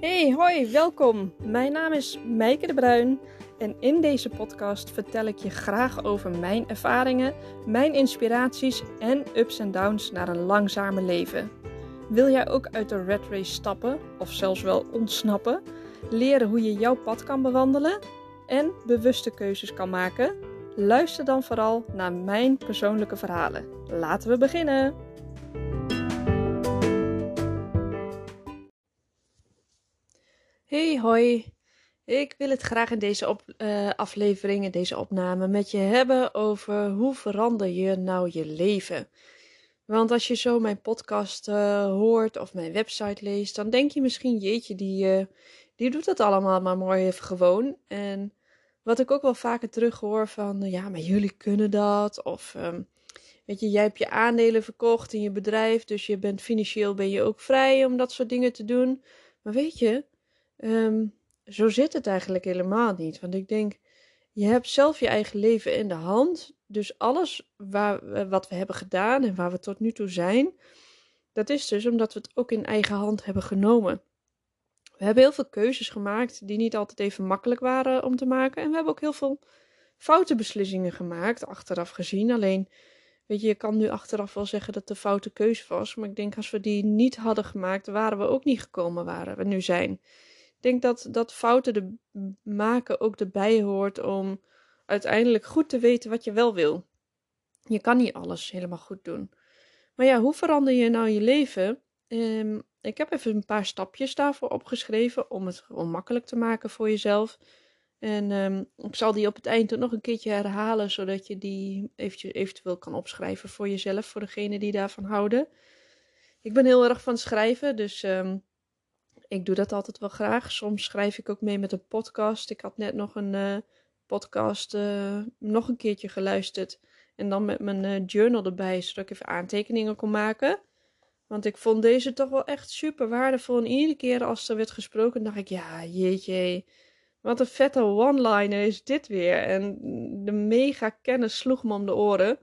Hey, hoi, welkom. Mijn naam is Meike de Bruin en in deze podcast vertel ik je graag over mijn ervaringen, mijn inspiraties en ups en downs naar een langzamer leven. Wil jij ook uit de rat race stappen of zelfs wel ontsnappen, leren hoe je jouw pad kan bewandelen en bewuste keuzes kan maken? Luister dan vooral naar mijn persoonlijke verhalen. Laten we beginnen! Hey, hoi. Ik wil het graag in deze aflevering, in deze opname, met je hebben over hoe verander je nou je leven. Want als je zo mijn podcast hoort of mijn website leest, dan denk je misschien, jeetje, die doet dat allemaal maar mooi even gewoon. En wat ik ook wel vaker terug hoor van, ja, maar jullie kunnen dat. Of, weet je, jij hebt je aandelen verkocht in je bedrijf, dus financieel ben je ook vrij om dat soort dingen te doen. Maar weet je... zo zit het eigenlijk helemaal niet. Want ik denk, je hebt zelf je eigen leven in de hand. Dus alles wat we hebben gedaan en waar we tot nu toe zijn, dat is dus omdat we het ook in eigen hand hebben genomen. We hebben heel veel keuzes gemaakt die niet altijd even makkelijk waren om te maken. En we hebben ook heel veel foute beslissingen gemaakt, achteraf gezien. Alleen, weet je kan nu achteraf wel zeggen dat het een foute keuze was. Maar ik denk, als we die niet hadden gemaakt, waren we ook niet gekomen waar we nu zijn. Ik denk dat fouten maken ook erbij hoort om uiteindelijk goed te weten wat je wel wil. Je kan niet alles helemaal goed doen. Maar ja, hoe verander je nou je leven? Ik heb even een paar stapjes daarvoor opgeschreven om het gewoon makkelijk te maken voor jezelf. En ik zal die op het eind ook nog een keertje herhalen, zodat je die eventueel kan opschrijven voor jezelf, voor degene die daarvan houden. Ik ben heel erg van schrijven, dus... ik doe dat altijd wel graag. Soms schrijf ik ook mee met een podcast. Ik had net nog een podcast nog een keertje geluisterd. En dan met mijn journal erbij, zodat ik even aantekeningen kon maken. Want ik vond deze toch wel echt super waardevol. En iedere keer als er werd gesproken, dacht ik, ja, jeetje. Wat een vette one-liner is dit weer. En de mega kennis sloeg me om de oren.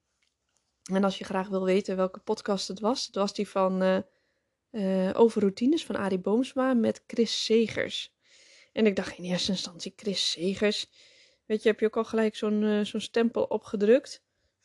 En als je graag wil weten welke podcast het was die van... over routines van Arie Boomsma met Chris Segers. En ik dacht in eerste instantie, Chris Segers. Weet je, heb je ook al gelijk zo'n stempel opgedrukt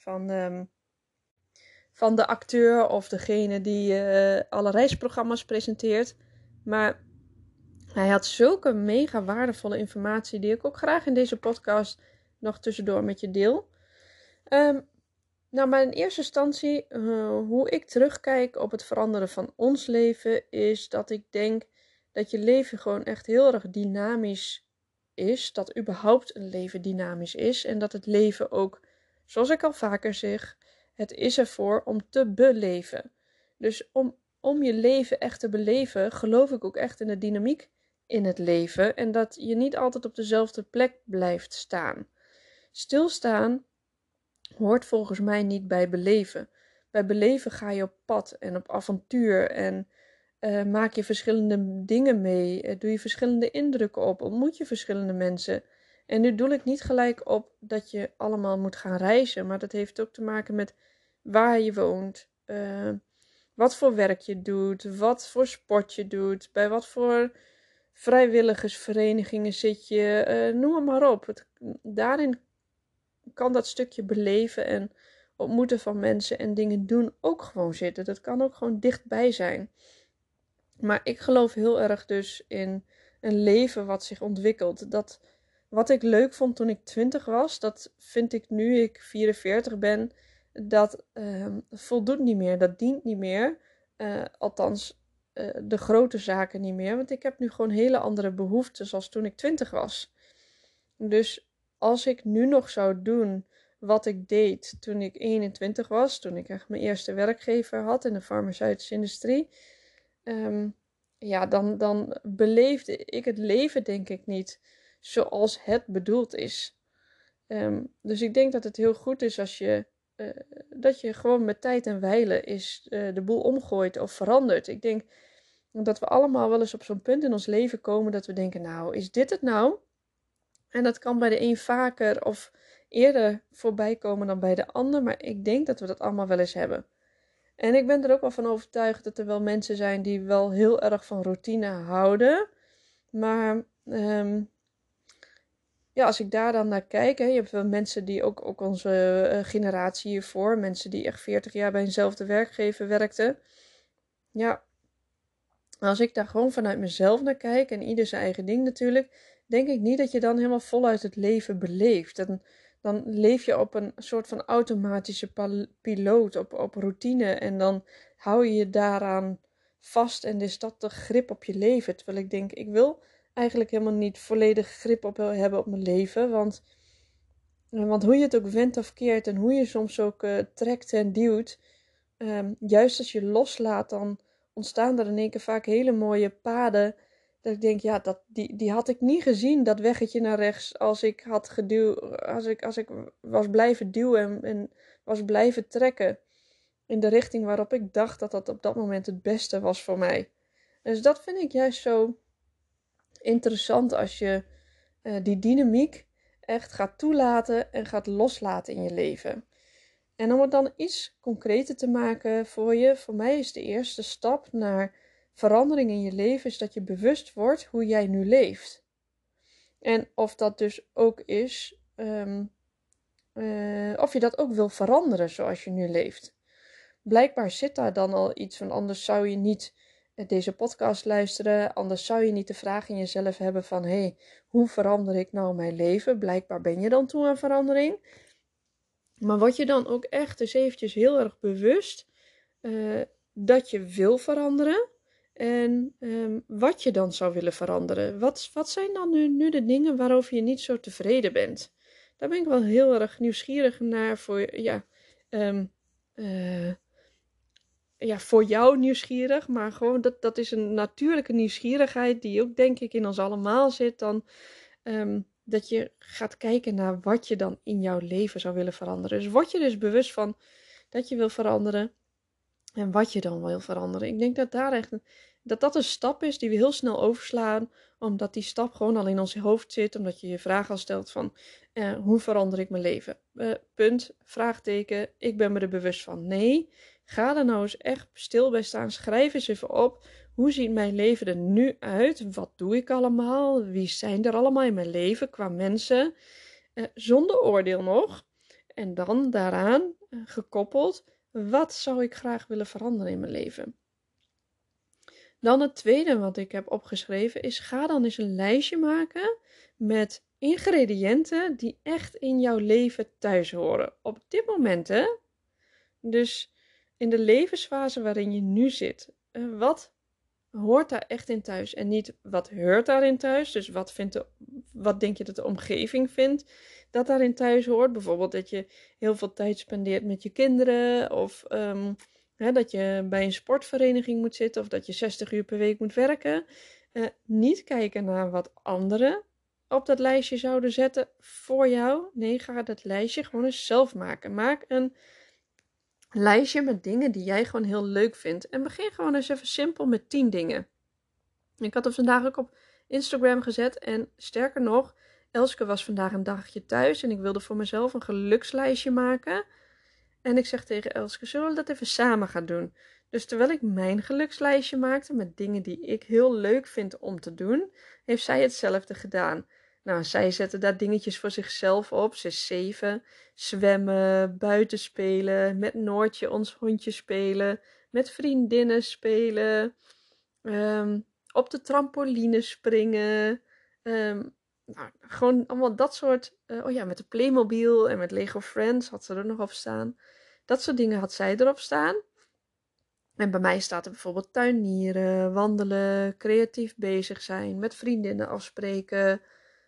van de acteur of degene die alle reisprogramma's presenteert. Maar hij had zulke mega waardevolle informatie die ik ook graag in deze podcast nog tussendoor met je deel. Nou, maar in eerste instantie, hoe ik terugkijk op het veranderen van ons leven, is dat ik denk dat je leven gewoon echt heel erg dynamisch is. Dat überhaupt een leven dynamisch is. En dat het leven ook, zoals ik al vaker zeg, het is ervoor om te beleven. Dus om je leven echt te beleven, geloof ik ook echt in de dynamiek in het leven. En dat je niet altijd op dezelfde plek blijft staan. Stilstaan hoort volgens mij niet bij beleven. Bij beleven ga je op pad en op avontuur en maak je verschillende dingen mee. Doe je verschillende indrukken op. Ontmoet je verschillende mensen. En nu doe ik niet gelijk op dat je allemaal moet gaan reizen. Maar dat heeft ook te maken met waar je woont. Wat voor werk je doet. Wat voor sport je doet. Bij wat voor vrijwilligersverenigingen zit je. Noem het maar op. Daarin kan dat stukje beleven en ontmoeten van mensen en dingen doen ook gewoon zitten. Dat kan ook gewoon dichtbij zijn. Maar ik geloof heel erg dus in een leven wat zich ontwikkelt. Dat wat ik leuk vond toen ik 20 was, dat vind ik nu ik 44 ben, dat voldoet niet meer. Dat dient niet meer. Althans, de grote zaken niet meer. Want ik heb nu gewoon hele andere behoeften zoals toen ik 20 was. Dus als ik nu nog zou doen wat ik deed toen ik 21 was, toen ik echt mijn eerste werkgever had in de farmaceutische industrie, dan beleefde ik het leven denk ik niet zoals het bedoeld is. Dus ik denk dat het heel goed is als dat je gewoon met tijd en wijle de boel omgooit of verandert. Ik denk dat we allemaal wel eens op zo'n punt in ons leven komen dat we denken, nou, is dit het nou? En dat kan bij de een vaker of eerder voorbij komen dan bij de ander. Maar ik denk dat we dat allemaal wel eens hebben. En ik ben er ook wel van overtuigd dat er wel mensen zijn die wel heel erg van routine houden. Maar ja, als ik daar dan naar kijk, je hebt wel mensen die ook onze generatie hiervoor, mensen die echt 40 jaar bij eenzelfde werkgever werkten. Ja, als ik daar gewoon vanuit mezelf naar kijk en ieder zijn eigen ding natuurlijk, denk ik niet dat je dan helemaal voluit het leven beleeft. Dan leef je op een soort van automatische piloot, op routine. En dan hou je je daaraan vast en is dat de grip op je leven. Terwijl ik denk, ik wil eigenlijk helemaal niet volledig grip op hebben op mijn leven. Want hoe je het ook wendt of keert en hoe je soms ook trekt en duwt. Juist als je loslaat, dan ontstaan er in één keer vaak hele mooie paden. Dat ik denk, ja, die had ik niet gezien, dat weggetje naar rechts, als ik had geduwd, als ik was blijven duwen en was blijven trekken in de richting waarop ik dacht dat dat op dat moment het beste was voor mij. Dus dat vind ik juist zo interessant als je die dynamiek echt gaat toelaten en gaat loslaten in je leven. En om het dan iets concreter te maken voor je, voor mij is de eerste stap naar verandering in je leven, is dat je bewust wordt hoe jij nu leeft. En of dat dus ook is, of je dat ook wil veranderen zoals je nu leeft. Blijkbaar zit daar dan al iets van, anders zou je niet deze podcast luisteren, anders zou je niet de vraag in jezelf hebben van, hey, hoe verander ik nou mijn leven? Blijkbaar ben je dan toe aan verandering. Maar word je dan ook echt eens eventjes heel erg bewust dat je wil veranderen en wat je dan zou willen veranderen. Wat zijn dan nu de dingen waarover je niet zo tevreden bent? Daar ben ik wel heel erg nieuwsgierig naar voor jou nieuwsgierig, maar gewoon dat is een natuurlijke nieuwsgierigheid die ook denk ik in ons allemaal zit dan. Dat je gaat kijken naar wat je dan in jouw leven zou willen veranderen. Dus word je dus bewust van dat je wil veranderen en wat je dan wil veranderen. Ik denk dat een stap is die we heel snel overslaan, omdat die stap gewoon al in ons hoofd zit, omdat je je vraag al stelt van hoe verander ik mijn leven? Punt, vraagteken, ik ben me er bewust van. Nee, ga er nou eens echt stil bij staan, schrijf eens even op. Hoe ziet mijn leven er nu uit? Wat doe ik allemaal? Wie zijn er allemaal in mijn leven qua mensen? Zonder oordeel nog. En dan daaraan gekoppeld, wat zou ik graag willen veranderen in mijn leven? Dan het tweede wat ik heb opgeschreven is, ga dan eens een lijstje maken met ingrediënten die echt in jouw leven thuis horen. Op dit moment, hè? Dus in de levensfase waarin je nu zit. Wat hoort daar echt in thuis? En niet wat hoort daarin thuis? Dus wat denk je dat de omgeving vindt dat daarin thuis hoort? Bijvoorbeeld dat je heel veel tijd spendeert met je kinderen. Of dat je bij een sportvereniging moet zitten. Of dat je 60 uur per week moet werken. Niet kijken naar wat anderen op dat lijstje zouden zetten voor jou. Nee, ga dat lijstje gewoon eens zelf maken. Maak een lijstje met dingen die jij gewoon heel leuk vindt. En begin gewoon eens even simpel met 10 dingen. Ik had het vandaag ook op Instagram gezet. En sterker nog, Elske was vandaag een dagje thuis. En ik wilde voor mezelf een gelukslijstje maken. En ik zeg tegen Elske, zullen we dat even samen gaan doen? Dus terwijl ik mijn gelukslijstje maakte met dingen die ik heel leuk vind om te doen, heeft zij hetzelfde gedaan. Nou, zij zette daar dingetjes voor zichzelf op. Ze is 7. Zwemmen, buiten spelen, met Noortje, ons hondje spelen, met vriendinnen spelen, op de trampoline springen. Nou, gewoon allemaal dat soort, met de Playmobil en met Lego Friends had ze er nog op staan. Dat soort dingen had zij erop staan. En bij mij staat er bijvoorbeeld tuinieren, wandelen, creatief bezig zijn, met vriendinnen afspreken.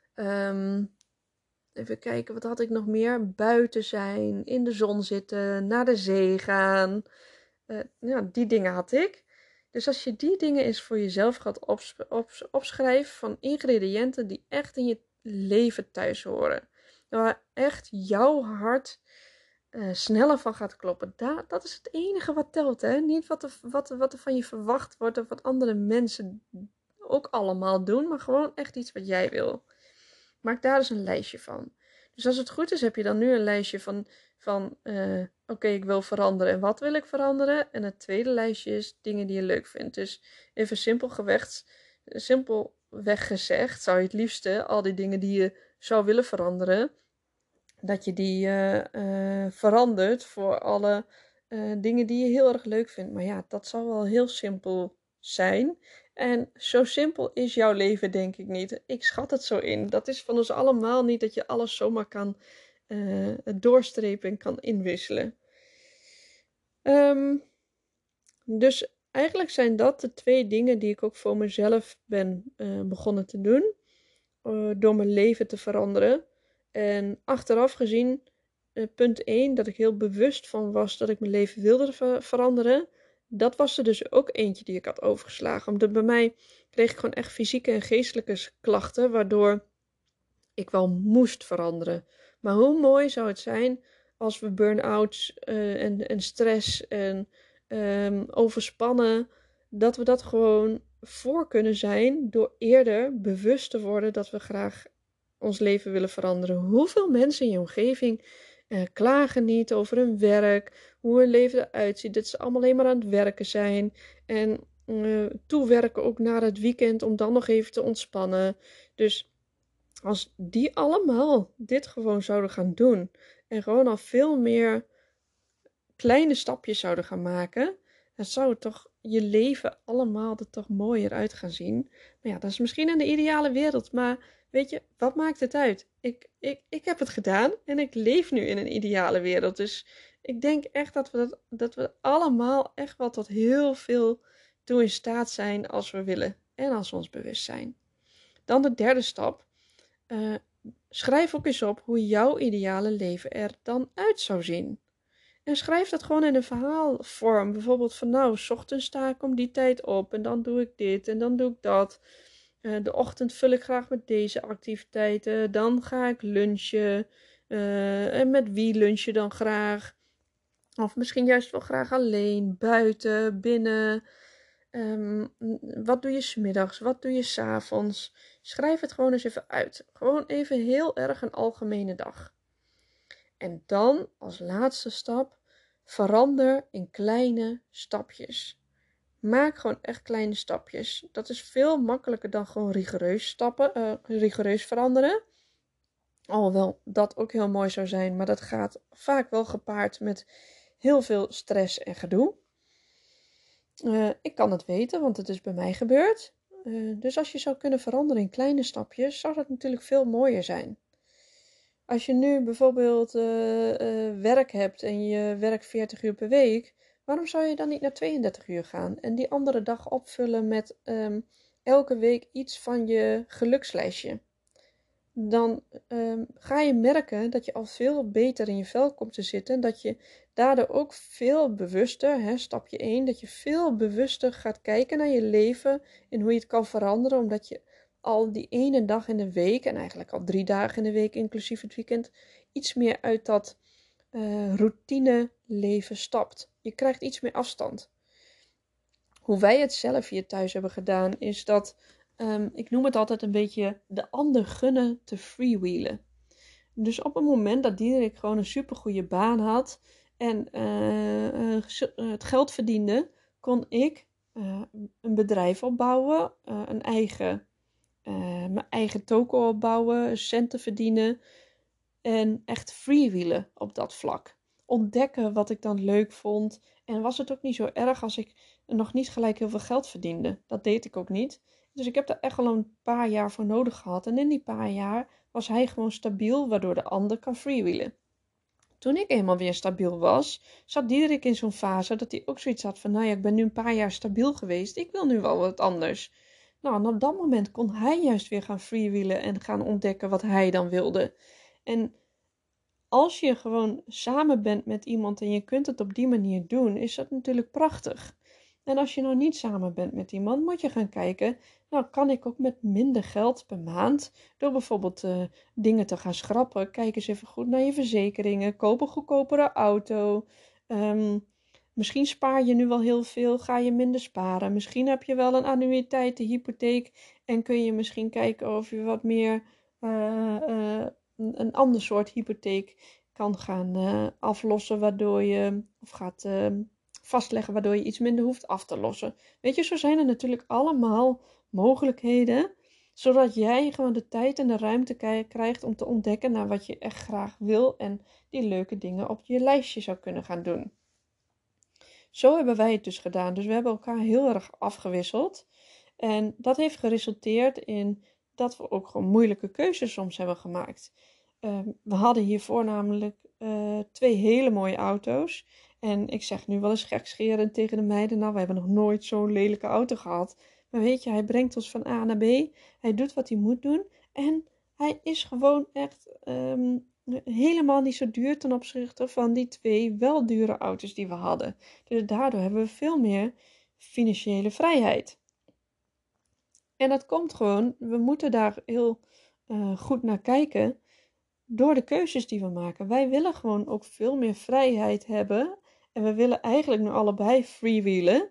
Even kijken, wat had ik nog meer? Buiten zijn, in de zon zitten, naar de zee gaan. Die dingen had ik. Dus als je die dingen eens voor jezelf gaat opschrijven van ingrediënten die echt in je leven thuis horen. Waar echt jouw hart sneller van gaat kloppen. Dat is het enige wat telt. Hè? Niet wat er van je verwacht wordt of wat andere mensen ook allemaal doen. Maar gewoon echt iets wat jij wil. Maak daar dus een lijstje van. Dus als het goed is heb je dan nu een lijstje van van oké, ik wil veranderen en wat wil ik veranderen? En het tweede lijstje is dingen die je leuk vindt. Dus even simpelweg gezegd, zou je het liefste al die dingen die je zou willen veranderen, dat je die verandert voor alle dingen die je heel erg leuk vindt. Maar ja, dat zal wel heel simpel zijn. En zo simpel is jouw leven denk ik niet. Ik schat het zo in. Dat is van ons allemaal niet dat je alles zomaar kan doorstrepen en kan inwisselen. Dus eigenlijk zijn dat de twee dingen die ik ook voor mezelf ben begonnen te doen. Door mijn leven te veranderen. En achteraf gezien, punt 1, dat ik heel bewust van was dat ik mijn leven wilde veranderen. Dat was er dus ook eentje die ik had overgeslagen. Omdat bij mij kreeg ik gewoon echt fysieke en geestelijke klachten, waardoor ik wel moest veranderen. Maar hoe mooi zou het zijn als we burn-outs en stress en overspannen, dat we dat gewoon voor kunnen zijn door eerder bewust te worden dat we graag ons leven willen veranderen. Hoeveel mensen in je omgeving klagen niet over hun werk, hoe hun leven eruit ziet, dat ze allemaal alleen maar aan het werken zijn en toewerken ook naar het weekend om dan nog even te ontspannen. Dus als die allemaal dit gewoon zouden gaan doen en gewoon al veel meer kleine stapjes zouden gaan maken, dan zou het toch je leven allemaal er toch mooier uit gaan zien. Maar ja, dat is misschien in de ideale wereld, maar weet je, wat maakt het uit? Ik heb het gedaan en ik leef nu in een ideale wereld. Dus ik denk echt dat we allemaal echt wel tot heel veel toe in staat zijn als we willen en als we ons bewust zijn. Dan de derde stap. Schrijf ook eens op hoe jouw ideale leven er dan uit zou zien. En schrijf dat gewoon in een verhaalvorm. Bijvoorbeeld van nou, 's ochtends sta ik om die tijd op en dan doe ik dit en dan doe ik dat. De ochtend vul ik graag met deze activiteiten. Dan ga ik lunchen. En met wie lunch je dan graag? Of misschien juist wel graag alleen, buiten, binnen. Wat doe je 's middags? Wat doe je 's avonds? Schrijf het gewoon eens even uit. Gewoon even heel erg een algemene dag. En dan als laatste stap, verander in kleine stapjes. Maak gewoon echt kleine stapjes. Dat is veel makkelijker dan gewoon rigoureus veranderen. Alhoewel dat ook heel mooi zou zijn, maar dat gaat vaak wel gepaard met heel veel stress en gedoe. Ik kan het weten, want het is bij mij gebeurd. Dus als je zou kunnen veranderen in kleine stapjes, zou dat natuurlijk veel mooier zijn. Als je nu bijvoorbeeld werk hebt en je werkt 40 uur per week, waarom zou je dan niet naar 32 uur gaan en die andere dag opvullen met elke week iets van je gelukslijstje? Dan ga je merken dat je al veel beter in je vel komt te zitten. En dat je daardoor ook veel bewuster, stapje 1, dat je veel bewuster gaat kijken naar je leven en hoe je het kan veranderen. Omdat je al die ene dag in de week, en eigenlijk al 3 dagen in de week, inclusief het weekend, iets meer uit dat routine leven stapt. Je krijgt iets meer afstand. Hoe wij het zelf hier thuis hebben gedaan, is dat ik noem het altijd een beetje de ander gunnen te freewheelen. Dus op het moment dat Diederik gewoon een supergoeie baan had en het geld verdiende, kon ik een bedrijf opbouwen, mijn eigen toko opbouwen, centen verdienen en echt freewheelen op dat vlak. Ontdekken wat ik dan leuk vond. En was het ook niet zo erg als ik nog niet gelijk heel veel geld verdiende. Dat deed ik ook niet. Dus ik heb daar echt wel een paar jaar voor nodig gehad. En in die paar jaar was hij gewoon stabiel, waardoor de ander kan freewheelen. Toen ik eenmaal weer stabiel was, zat Diederik in zo'n fase dat hij ook zoiets had van, nou ja, ik ben nu een paar jaar stabiel geweest. Ik wil nu wel wat anders. Nou, en op dat moment kon hij juist weer gaan freewheelen en gaan ontdekken wat hij dan wilde. En als je gewoon samen bent met iemand en je kunt het op die manier doen, is dat natuurlijk prachtig. En als je nou niet samen bent met iemand, moet je gaan kijken, nou kan ik ook met minder geld per maand, door bijvoorbeeld dingen te gaan schrappen, kijk eens even goed naar je verzekeringen, koop een goedkopere auto. Misschien spaar je nu wel heel veel, ga je minder sparen. Misschien heb je wel een annuïteit, de hypotheek, en kun je misschien kijken of je wat meer een ander soort hypotheek kan gaan aflossen, waardoor je, of gaat vastleggen, waardoor je iets minder hoeft af te lossen. Weet je, zo zijn er natuurlijk allemaal mogelijkheden, zodat jij gewoon de tijd en de ruimte krijgt om te ontdekken naar wat je echt graag wil en die leuke dingen op je lijstje zou kunnen gaan doen. Zo hebben wij het dus gedaan. Dus we hebben elkaar heel erg afgewisseld. En dat heeft geresulteerd in dat we ook gewoon moeilijke keuzes soms hebben gemaakt. We hadden hiervoor namelijk 2 hele mooie auto's. En ik zeg nu wel eens gekscherend tegen de meiden, nou, we hebben nog nooit zo'n lelijke auto gehad. Maar weet je, hij brengt ons van A naar B. Hij doet wat hij moet doen. En hij is gewoon echt helemaal niet zo duur ten opzichte van die 2 wel dure auto's die we hadden. Dus daardoor hebben we veel meer financiële vrijheid. En dat komt gewoon, we moeten daar heel goed naar kijken door de keuzes die we maken. Wij willen gewoon ook veel meer vrijheid hebben. En we willen eigenlijk nu allebei freewheelen.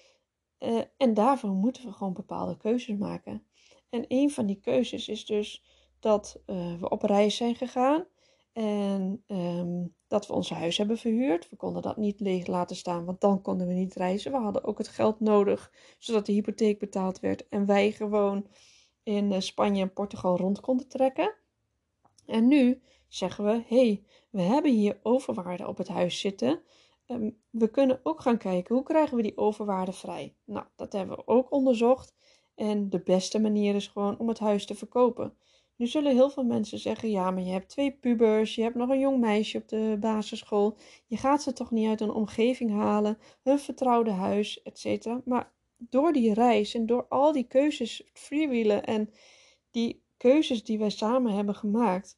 En daarvoor moeten we gewoon bepaalde keuzes maken. En een van die keuzes is dus dat we op reis zijn gegaan. En dat we ons huis hebben verhuurd. We konden dat niet leeg laten staan, want dan konden we niet reizen. We hadden ook het geld nodig, zodat de hypotheek betaald werd. En wij gewoon in Spanje en Portugal rond konden trekken. En nu zeggen we, hey, we hebben hier overwaarde op het huis zitten. We kunnen ook gaan kijken, hoe krijgen we die overwaarde vrij? Nou, dat hebben we ook onderzocht. En de beste manier is gewoon om het huis te verkopen. Nu zullen heel veel mensen zeggen, ja, maar je hebt 2 pubers, je hebt nog een jong meisje op de basisschool. Je gaat ze toch niet uit een omgeving halen, een vertrouwde huis, etc. Maar door die reis en door al die keuzes, freewheelen en die keuzes die wij samen hebben gemaakt,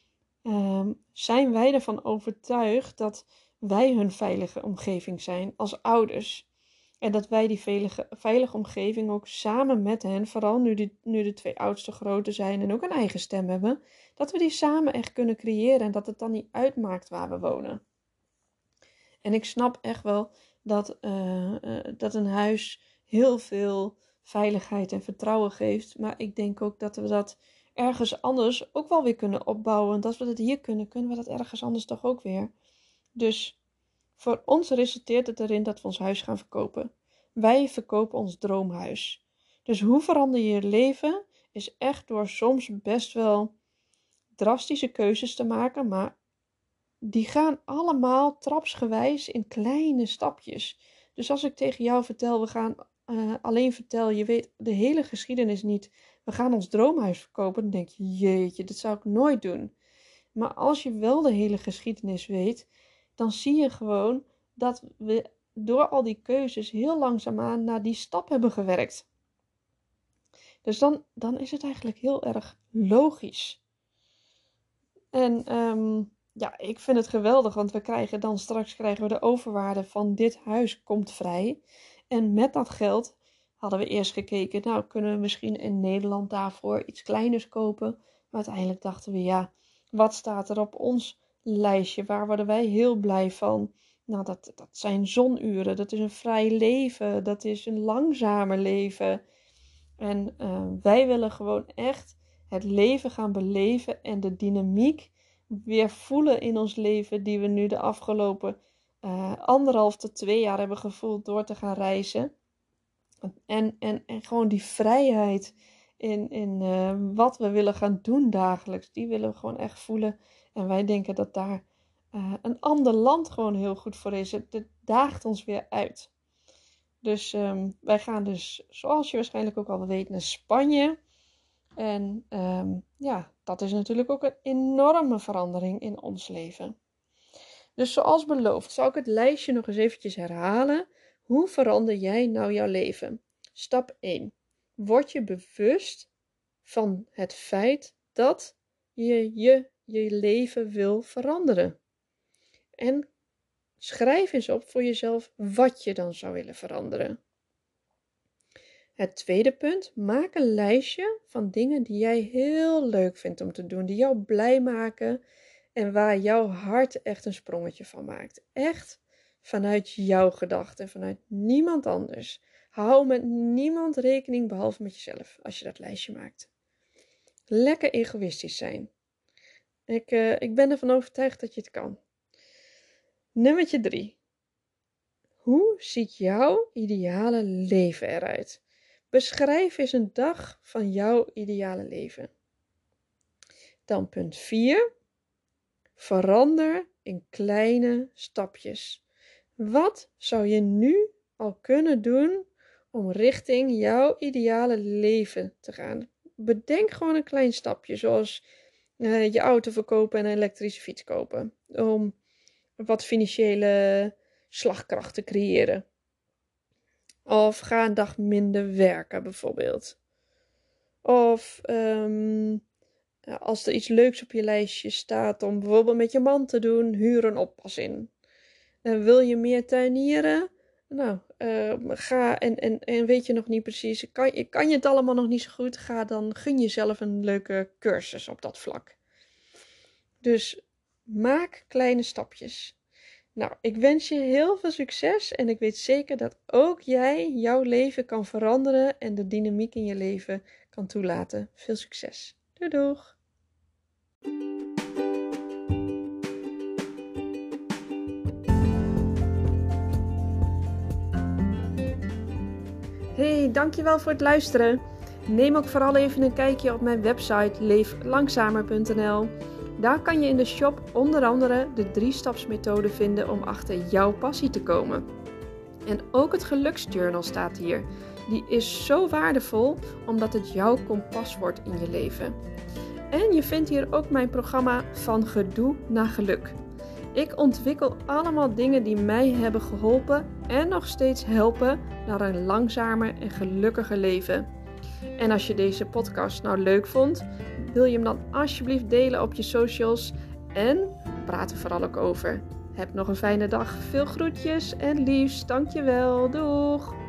zijn wij ervan overtuigd dat wij hun veilige omgeving zijn als ouders. En dat wij die veilige omgeving ook samen met hen, vooral nu de 2 oudste grote zijn en ook een eigen stem hebben, dat we die samen echt kunnen creëren en dat het dan niet uitmaakt waar we wonen. En ik snap echt wel dat een huis heel veel veiligheid en vertrouwen geeft. Maar ik denk ook dat we dat ergens anders ook wel weer kunnen opbouwen. En als we dat hier kunnen, kunnen we dat ergens anders toch ook weer. Dus voor ons resulteert het erin dat we ons huis gaan verkopen. Wij verkopen ons droomhuis. Dus hoe verander je je leven is echt door soms best wel drastische keuzes te maken, maar die gaan allemaal trapsgewijs in kleine stapjes. Dus als ik tegen jou vertel, we gaan alleen vertel, je weet de hele geschiedenis niet, we gaan ons droomhuis verkopen, dan denk je, jeetje, dat zou ik nooit doen. Maar als je wel de hele geschiedenis weet, dan zie je gewoon dat we door al die keuzes heel langzaamaan naar die stap hebben gewerkt. Dus dan is het eigenlijk heel erg logisch. En ja, ik vind het geweldig, want straks krijgen we de overwaarde van dit huis komt vrij. En met dat geld hadden we eerst gekeken, nou kunnen we misschien in Nederland daarvoor iets kleiners kopen. Maar uiteindelijk dachten we, ja, wat staat er op ons lijstje? Waar worden wij heel blij van? Nou, dat zijn zonuren, dat is een vrij leven, dat is een langzamer leven. En wij willen gewoon echt het leven gaan beleven en de dynamiek weer voelen in ons leven die we nu de afgelopen 1,5 tot 2 jaar hebben gevoeld door te gaan reizen. En gewoon die vrijheid in wat we willen gaan doen dagelijks, die willen we gewoon echt voelen. En wij denken dat daar een ander land gewoon heel goed voor is. Het daagt ons weer uit. Dus wij gaan dus, zoals je waarschijnlijk ook al weet, naar Spanje. En ja, dat is natuurlijk ook een enorme verandering in ons leven. Dus zoals beloofd, zal ik het lijstje nog eens eventjes herhalen. Hoe verander jij nou jouw leven? Stap 1. Word je bewust van het feit dat je leven wil veranderen. En schrijf eens op voor jezelf wat je dan zou willen veranderen. Het tweede punt, maak een lijstje van dingen die jij heel leuk vindt om te doen, die jou blij maken en waar jouw hart echt een sprongetje van maakt. Echt vanuit jouw gedachten, vanuit niemand anders. Hou met niemand rekening behalve met jezelf als je dat lijstje maakt. Lekker egoïstisch zijn. Ik ben ervan overtuigd dat je het kan. Nummertje 3. Hoe ziet jouw ideale leven eruit? Beschrijf eens een dag van jouw ideale leven. Dan punt 4. Verander in kleine stapjes. Wat zou je nu al kunnen doen om richting jouw ideale leven te gaan? Bedenk gewoon een klein stapje, zoals je auto verkopen en een elektrische fiets kopen. Om wat financiële slagkracht te creëren. Of ga een dag minder werken bijvoorbeeld. Of als er iets leuks op je lijstje staat om bijvoorbeeld met je man te doen, huur een oppas in. Wil je meer tuinieren? Nou, ga en weet je nog niet precies, kan je het allemaal nog niet zo goed? Ga dan, gun jezelf een leuke cursus op dat vlak. Dus maak kleine stapjes. Nou, ik wens je heel veel succes en ik weet zeker dat ook jij jouw leven kan veranderen en de dynamiek in je leven kan toelaten. Veel succes. Doei doeg! Hey, dankjewel voor het luisteren. Neem ook vooral even een kijkje op mijn website leeflangzamer.nl. Daar kan je in de shop onder andere de 3-stapsmethode vinden om achter jouw passie te komen. En ook het geluksjournal staat hier. Die is zo waardevol omdat het jouw kompas wordt in je leven. En je vindt hier ook mijn programma Van Gedoe naar Geluk. Ik ontwikkel allemaal dingen die mij hebben geholpen en nog steeds helpen naar een langzamer en gelukkiger leven. En als je deze podcast nou leuk vond, wil je hem dan alsjeblieft delen op je socials en praat er vooral ook over. Heb nog een fijne dag, veel groetjes en liefs, dankjewel, doeg!